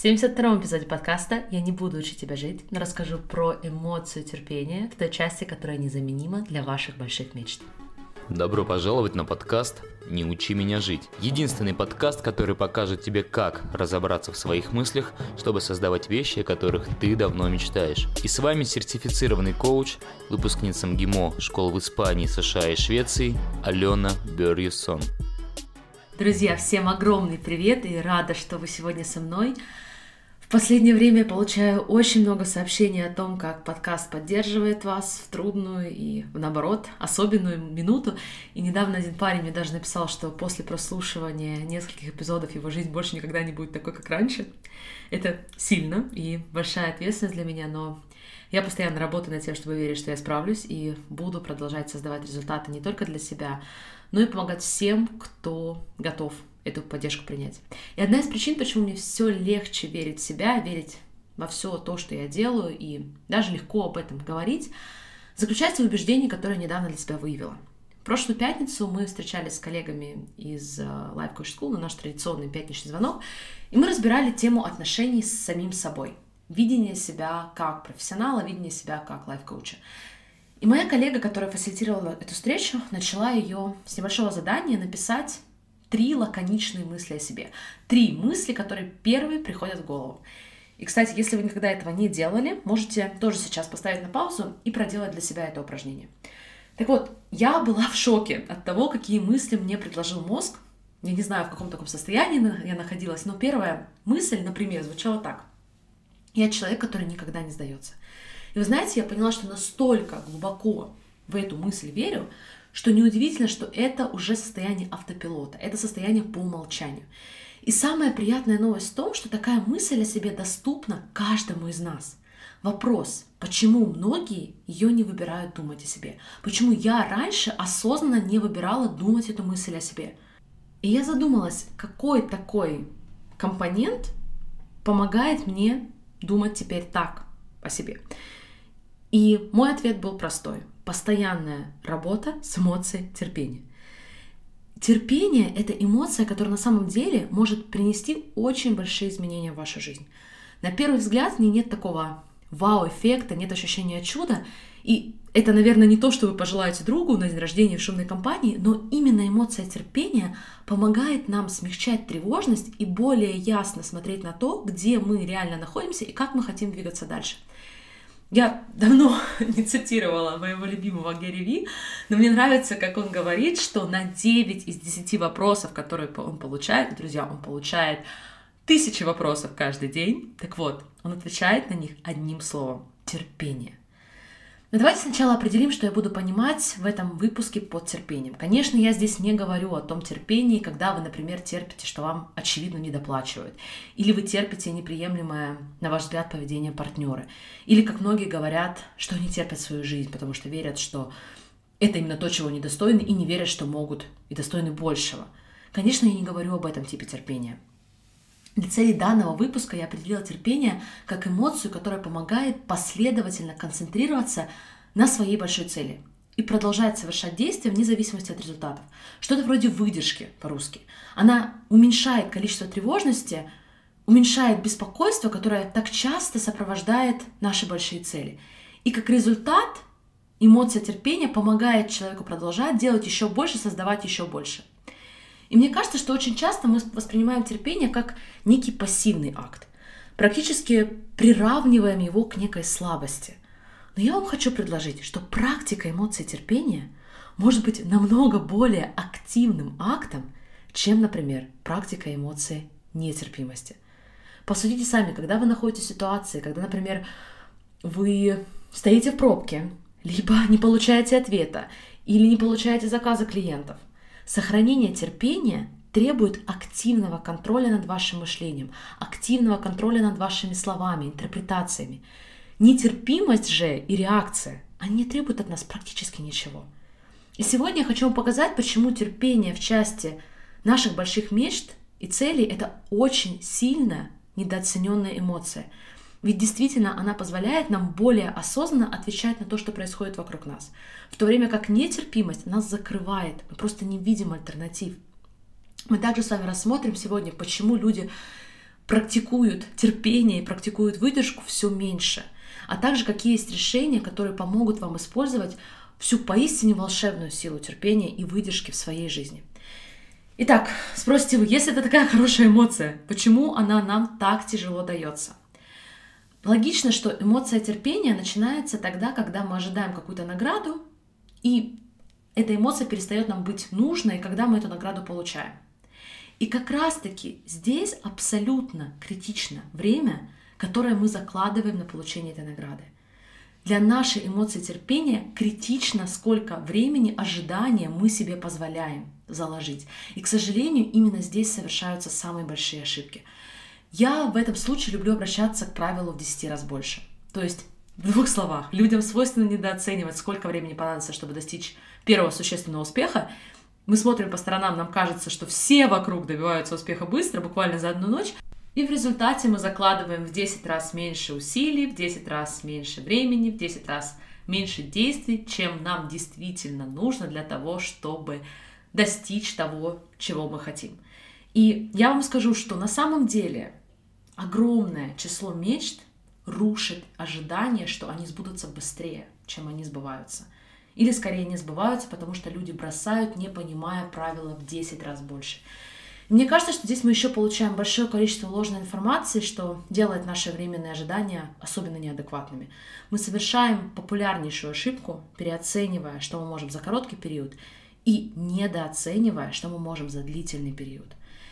В 72-м эпизоде подкаста «Я не буду учить тебя жить», но расскажу про эмоцию терпения в той части, которая незаменима для ваших больших мечт. Добро пожаловать на подкаст «Не учи меня жить». Единственный подкаст, который покажет тебе, как разобраться в своих мыслях, чтобы создавать вещи, о которых ты давно мечтаешь. И с вами сертифицированный коуч, выпускница МГИМО школ в Испании, США и Швеции Алена Бёрьюсон. Друзья, всем огромный привет и рада, что вы сегодня со мной. В последнее время я получаю очень много сообщений о том, как подкаст поддерживает вас в трудную и, наоборот, особенную минуту. И недавно один парень мне даже написал, что после прослушивания нескольких эпизодов его жизнь больше никогда не будет такой, как раньше. Это сильно и большая ответственность для меня, но я постоянно работаю над тем, чтобы верить, что я справлюсь, и буду продолжать создавать результаты не только для себя, но и помогать всем, кто готов эту поддержку принять. И одна из причин, почему мне все легче верить в себя, верить во все то, что я делаю, и даже легко об этом говорить, заключается в убеждении, которое я недавно для себя выявила. В прошлую пятницу мы встречались с коллегами из Life Coach School на наш традиционный пятничный звонок, и мы разбирали тему отношений с самим собой. Видение себя как профессионала, видение себя как лайф-коуча. И моя коллега, которая фасилитировала эту встречу, начала ее с небольшого задания написать 3 лаконичные мысли о себе. 3 мысли, которые первые приходят в голову. И, кстати, если вы никогда этого не делали, можете тоже сейчас поставить на паузу и проделать для себя это упражнение. Так вот, я была в шоке от того, какие мысли мне предложил мозг. Я не знаю, в каком таком состоянии я находилась, но первая мысль, например, звучала так. Я человек, который никогда не сдается. И вы знаете, я поняла, что настолько глубоко в эту мысль верю, что неудивительно, что это уже состояние автопилота, это состояние по умолчанию. И самая приятная новость в том, что такая мысль о себе доступна каждому из нас. Вопрос, почему многие ее не выбирают думать о себе? Почему я раньше осознанно не выбирала думать эту мысль о себе? И я задумалась, какой такой компонент помогает мне думать теперь так о себе. И мой ответ был простой. Постоянная работа с эмоцией терпения. Терпение – это эмоция, которая на самом деле может принести очень большие изменения в вашу жизнь. На первый взгляд в ней нет такого вау-эффекта, нет ощущения чуда. И это, наверное, не то, что вы пожелаете другу на день рождения в шумной компании, но именно эмоция терпения помогает нам смягчать тревожность и более ясно смотреть на то, где мы реально находимся и как мы хотим двигаться дальше. Я давно не цитировала моего любимого Гэри Ви, но мне нравится, как он говорит, что на 9 из 10 вопросов, которые он получает, друзья, он получает 1000 вопросов каждый день, так вот, он отвечает на них одним словом – терпение. Но давайте сначала определим, что я буду понимать в этом выпуске под терпением. Конечно, я здесь не говорю о том терпении, когда вы, например, терпите, что вам очевидно недоплачивают, или вы терпите неприемлемое, на ваш взгляд, поведение партнера, или, как многие говорят, что они терпят свою жизнь, потому что верят, что это именно то, чего они достойны, и не верят, что могут и достойны большего. Конечно, я не говорю об этом типе терпения. Для целей данного выпуска я определила терпение как эмоцию, которая помогает последовательно концентрироваться на своей большой цели и продолжать совершать действия вне зависимости от результатов. Что-то вроде выдержки по-русски. Она уменьшает количество тревожности, уменьшает беспокойство, которое так часто сопровождает наши большие цели. И как результат эмоция терпения помогает человеку продолжать делать еще больше, создавать еще больше. И мне кажется, что очень часто мы воспринимаем терпение как некий пассивный акт, практически приравниваем его к некой слабости. Но я вам хочу предложить, что практика эмоций терпения может быть намного более активным актом, чем, например, практика эмоций нетерпимости. Посудите сами, когда вы находитесь в ситуации, когда, например, вы стоите в пробке, либо не получаете ответа, или не получаете заказа клиентов. Сохранение терпения требует активного контроля над вашим мышлением, активного контроля над вашими словами, интерпретациями. Нетерпимость же и реакция, они не требуют от нас практически ничего. И сегодня я хочу вам показать, почему терпение в части наших больших мечт и целей – это очень сильная недооцененная эмоция. Ведь действительно она позволяет нам более осознанно отвечать на то, что происходит вокруг нас. В то время как нетерпимость нас закрывает, мы просто не видим альтернатив. Мы также с вами рассмотрим сегодня, почему люди практикуют терпение и практикуют выдержку, все меньше. А также какие есть решения, которые помогут вам использовать всю поистине волшебную силу терпения и выдержки в своей жизни. Итак, спросите вы, если это такая хорошая эмоция, почему она нам так тяжело дается? Логично, что эмоция терпения начинается тогда, когда мы ожидаем какую-то награду, и эта эмоция перестает нам быть нужной, когда мы эту награду получаем. И как раз-таки здесь абсолютно критично время, которое мы закладываем на получение этой награды. Для нашей эмоции терпения критично, сколько времени ожидания мы себе позволяем заложить. И, к сожалению, именно здесь совершаются самые большие ошибки. Я в этом случае люблю обращаться к правилу в 10 раз больше. То есть, в 2 словах, людям свойственно недооценивать, сколько времени понадобится, чтобы достичь первого существенного успеха. Мы смотрим по сторонам, нам кажется, что все вокруг добиваются успеха быстро, буквально за одну ночь. И в результате мы закладываем в 10 раз меньше усилий, в 10 раз меньше времени, в 10 раз меньше действий, чем нам действительно нужно для того, чтобы достичь того, чего мы хотим. И я вам скажу, что на самом деле огромное число мечт рушит ожидание, что они сбудутся быстрее, чем они сбываются. Или скорее не сбываются, потому что люди бросают, не понимая правила в 10 раз больше. Мне кажется, что здесь мы еще получаем большое количество ложной информации, что делает наши временные ожидания особенно неадекватными. Мы совершаем популярнейшую ошибку, переоценивая, что мы можем за короткий период, и недооценивая, что мы можем за длительный период.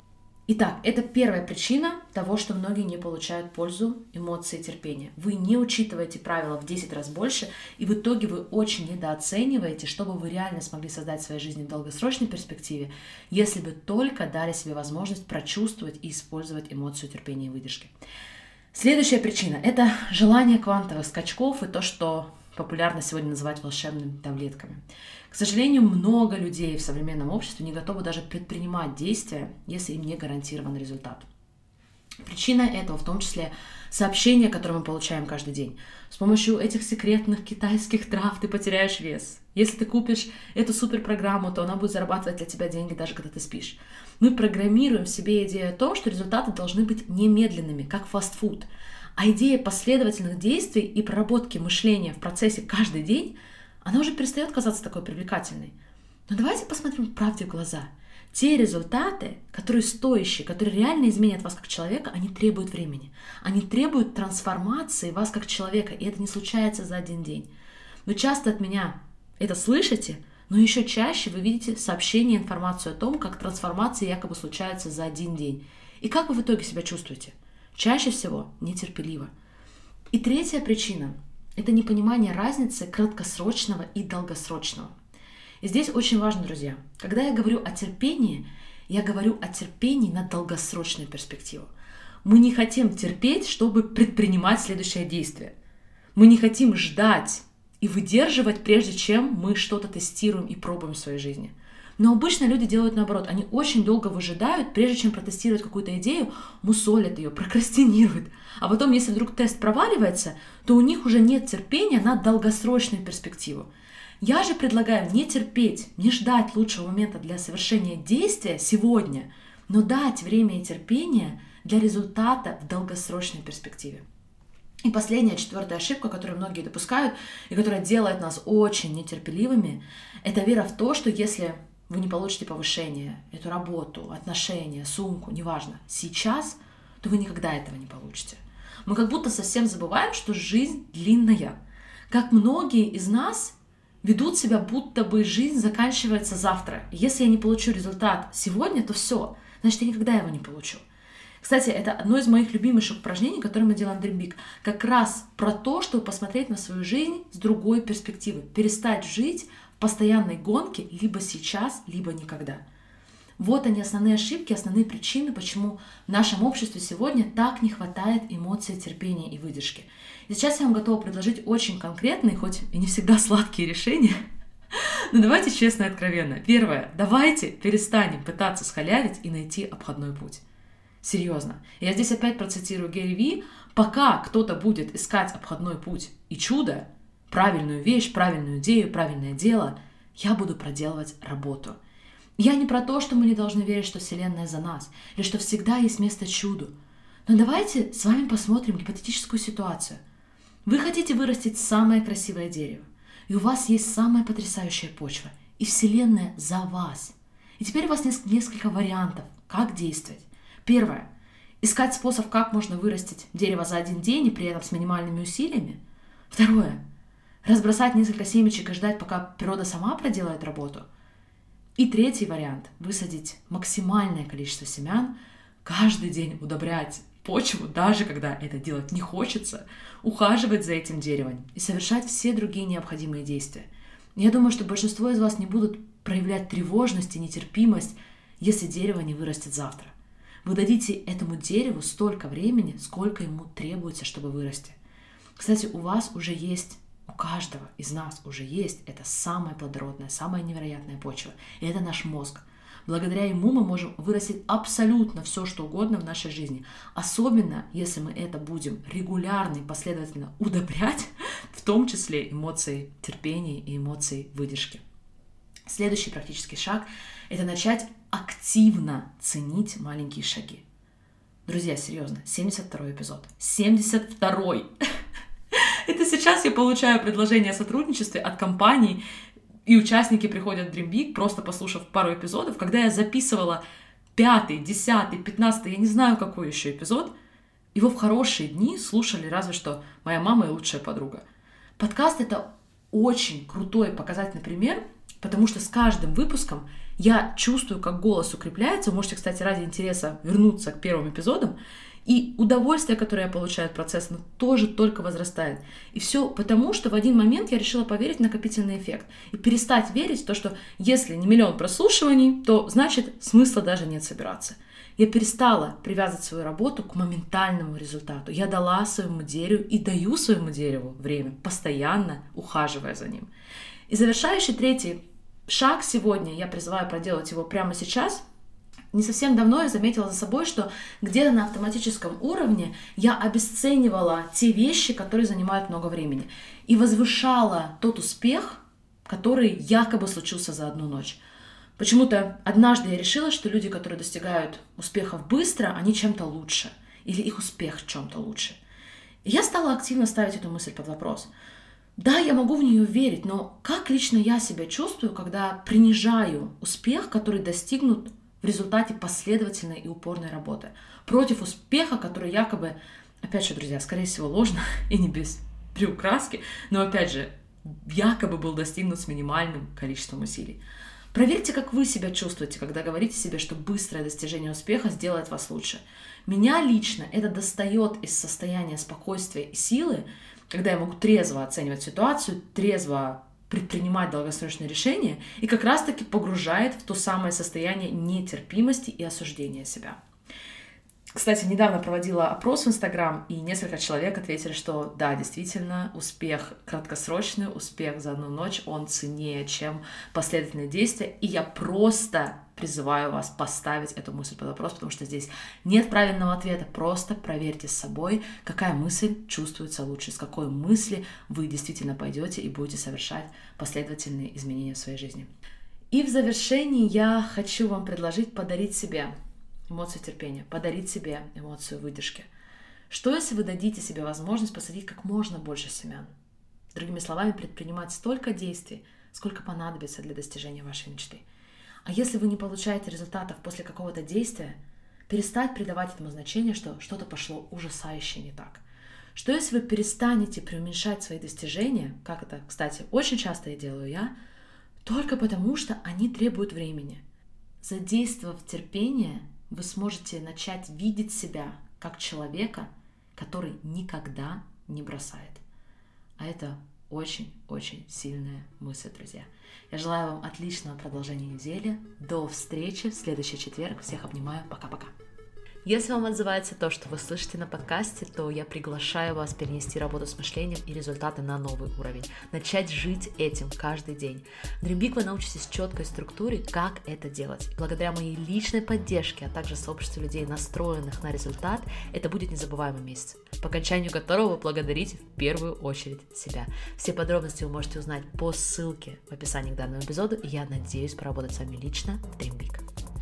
Итак, это первая причина того, что многие не получают пользу эмоции терпения. Вы не учитываете правила в 10 раз больше, и в итоге вы очень недооцениваете, что бы вы реально смогли создать в своей жизни в долгосрочной перспективе, если бы только дали себе возможность прочувствовать и использовать эмоцию терпения и выдержки. Следующая причина – это желание квантовых скачков и то, что популярно сегодня называть волшебными таблетками. К сожалению, много людей в современном обществе не готовы даже предпринимать действия, если им не гарантирован результат. Причина этого в том числе сообщения, которые мы получаем каждый день. С помощью этих секретных китайских трав ты потеряешь вес. Если ты купишь эту суперпрограмму, то она будет зарабатывать для тебя деньги, даже когда ты спишь. Мы программируем в себе идею о том, что результаты должны быть немедленными, как фастфуд. А идея последовательных действий и проработки мышления в процессе каждый день, она уже перестает казаться такой привлекательной. Но давайте посмотрим правде в глаза. Те результаты, которые стоящие, которые реально изменят вас как человека, они требуют времени. Они требуют трансформации вас как человека, и это не случается за один день. Вы часто от меня это слышите, но еще чаще вы видите сообщение, информацию о том, как трансформация якобы случается за один день. И как вы в итоге себя чувствуете? Чаще всего нетерпеливо. И третья причина – это непонимание разницы краткосрочного и долгосрочного. И здесь очень важно, друзья, когда я говорю о терпении, я говорю о терпении на долгосрочную перспективу. Мы не хотим терпеть, чтобы предпринимать следующее действие. Мы не хотим ждать и выдерживать, прежде чем мы что-то тестируем и пробуем в своей жизни. Но обычно люди делают наоборот. Они очень долго выжидают, прежде чем протестировать какую-то идею, мусолят ее, прокрастинируют. А потом, если вдруг тест проваливается, то у них уже нет терпения на долгосрочную перспективу. Я же предлагаю не терпеть, не ждать лучшего момента для совершения действия сегодня, но дать время и терпение для результата в долгосрочной перспективе. И последняя, 4-я ошибка, которую многие допускают и которая делает нас очень нетерпеливыми, это вера в то, что если вы не получите повышение, эту работу, отношения, сумку, неважно, сейчас, то вы никогда этого не получите. Мы как будто совсем забываем, что жизнь длинная. Как многие из нас ведут себя, будто бы жизнь заканчивается завтра. Если я не получу результат сегодня, то все, значит, я никогда его не получу. Кстати, это одно из моих любимейших упражнений, которое мы делаем в Dream Big. Как раз про то, чтобы посмотреть на свою жизнь с другой перспективы. Перестать жить в постоянной гонке либо сейчас, либо никогда. Вот они основные ошибки, основные причины, почему в нашем обществе сегодня так не хватает эмоций, терпения и выдержки. И сейчас я вам готова предложить очень конкретные, хоть и не всегда сладкие решения, но давайте честно и откровенно. Первое. Давайте перестанем пытаться схалявить и найти обходной путь. Серьезно. Я здесь опять процитирую Гэри Ви. Пока кто-то будет искать обходной путь и чудо, правильную вещь, правильную идею, правильное дело, я буду проделывать работу. Я не про то, что мы не должны верить, что Вселенная за нас, или что всегда есть место чуду. Но давайте с вами посмотрим гипотетическую ситуацию. Вы хотите вырастить самое красивое дерево, и у вас есть самая потрясающая почва, и Вселенная за вас. И теперь у вас несколько вариантов, как действовать. Первое. Искать способ, как можно вырастить дерево за один день и при этом с минимальными усилиями. Второе. Разбросать несколько семечек и ждать, пока природа сама проделает работу. И третий вариант. Высадить максимальное количество семян, каждый день удобрять почву, даже когда это делать не хочется, ухаживать за этим деревом и совершать все другие необходимые действия. Я думаю, что большинство из вас не будут проявлять тревожность и нетерпимость, если дерево не вырастет завтра. Вы дадите этому дереву столько времени, сколько ему требуется, чтобы вырасти. Кстати, у вас уже есть, у каждого из нас уже есть эта самая плодородная, самая невероятная почва. И это наш мозг. Благодаря ему мы можем вырастить абсолютно все, что угодно в нашей жизни. Особенно, если мы это будем регулярно и последовательно удобрять, в том числе эмоции терпения и эмоции выдержки. Следующий практический шаг – это начать активно ценить маленькие шаги. Друзья, серьезно, 72-й эпизод. 72-й! Это сейчас я получаю предложение о сотрудничестве от компаний, и участники приходят в Dream Big, просто послушав пару эпизодов. Когда я записывала 5-й, 10-й, 15-й, я не знаю, какой еще эпизод, его в хорошие дни слушали разве что моя мама и лучшая подруга. Подкаст — это очень крутой показательный пример, потому что с каждым выпуском я чувствую, как голос укрепляется. Вы можете, кстати, ради интереса вернуться к первым эпизодам. И удовольствие, которое я получаю от процесса, тоже только возрастает. И все потому, что в один момент я решила поверить в накопительный эффект. И перестать верить в то, что если не 1 000 000 прослушиваний, то значит смысла даже нет собираться. Я перестала привязывать свою работу к моментальному результату. Я дала своему дереву и даю своему дереву время, постоянно ухаживая за ним. И завершающий третий шаг сегодня, я призываю проделать его прямо сейчас. Не совсем давно я заметила за собой, что где-то на автоматическом уровне я обесценивала те вещи, которые занимают много времени, и возвышала тот успех, который якобы случился за одну ночь. Почему-то однажды я решила, что люди, которые достигают успехов быстро, они чем-то лучше, или их успех в чем-то лучше. И я стала активно ставить эту мысль под вопрос. Да, я могу в нее верить, но как лично я себя чувствую, когда принижаю успех, который достигнут в результате последовательной и упорной работы, против успеха, который якобы, опять же, друзья, скорее всего, ложно и не без приукраски, но, опять же, якобы был достигнут с минимальным количеством усилий. Проверьте, как вы себя чувствуете, когда говорите себе, что быстрое достижение успеха сделает вас лучше. Меня лично это достает из состояния спокойствия и силы, когда я могу трезво оценивать ситуацию, трезво предпринимать долгосрочные решения и как раз-таки погружает в то самое состояние нетерпимости и осуждения себя. Кстати, недавно проводила опрос в Инстаграм, и несколько человек ответили, что да, действительно, успех краткосрочный, успех за одну ночь, он ценнее, чем последовательные действия. И я просто призываю вас поставить эту мысль под вопрос, потому что здесь нет правильного ответа. Просто проверьте с собой, какая мысль чувствуется лучше, с какой мысли вы действительно пойдете и будете совершать последовательные изменения в своей жизни. И в завершении я хочу вам предложить подарить себе эмоцию терпения, подарить себе эмоцию выдержки. Что, если вы дадите себе возможность посадить как можно больше семян? Другими словами, предпринимать столько действий, сколько понадобится для достижения вашей мечты. А если вы не получаете результатов после какого-то действия, перестать придавать этому значение, что что-то пошло ужасающе не так. Что, если вы перестанете преуменьшать свои достижения, как это, кстати, очень часто делаю я, только потому, что они требуют времени. Задействовав терпение, вы сможете начать видеть себя как человека, который никогда не бросает. А это очень-очень сильная мысль, друзья. Я желаю вам отличного продолжения недели. До встречи в следующий четверг. Всех обнимаю. Пока-пока. Если вам отзывается то, что вы слышите на подкасте, то я приглашаю вас перенести работу с мышлением и результаты на новый уровень. Начать жить этим каждый день. В Dream Big вы научитесь четкой структуре, как это делать. Благодаря моей личной поддержке, а также сообществу людей, настроенных на результат, это будет незабываемый месяц, по окончанию которого вы благодарите в первую очередь себя. Все подробности вы можете узнать по ссылке в описании к данному эпизоду, и я надеюсь поработать с вами лично в Dream Big.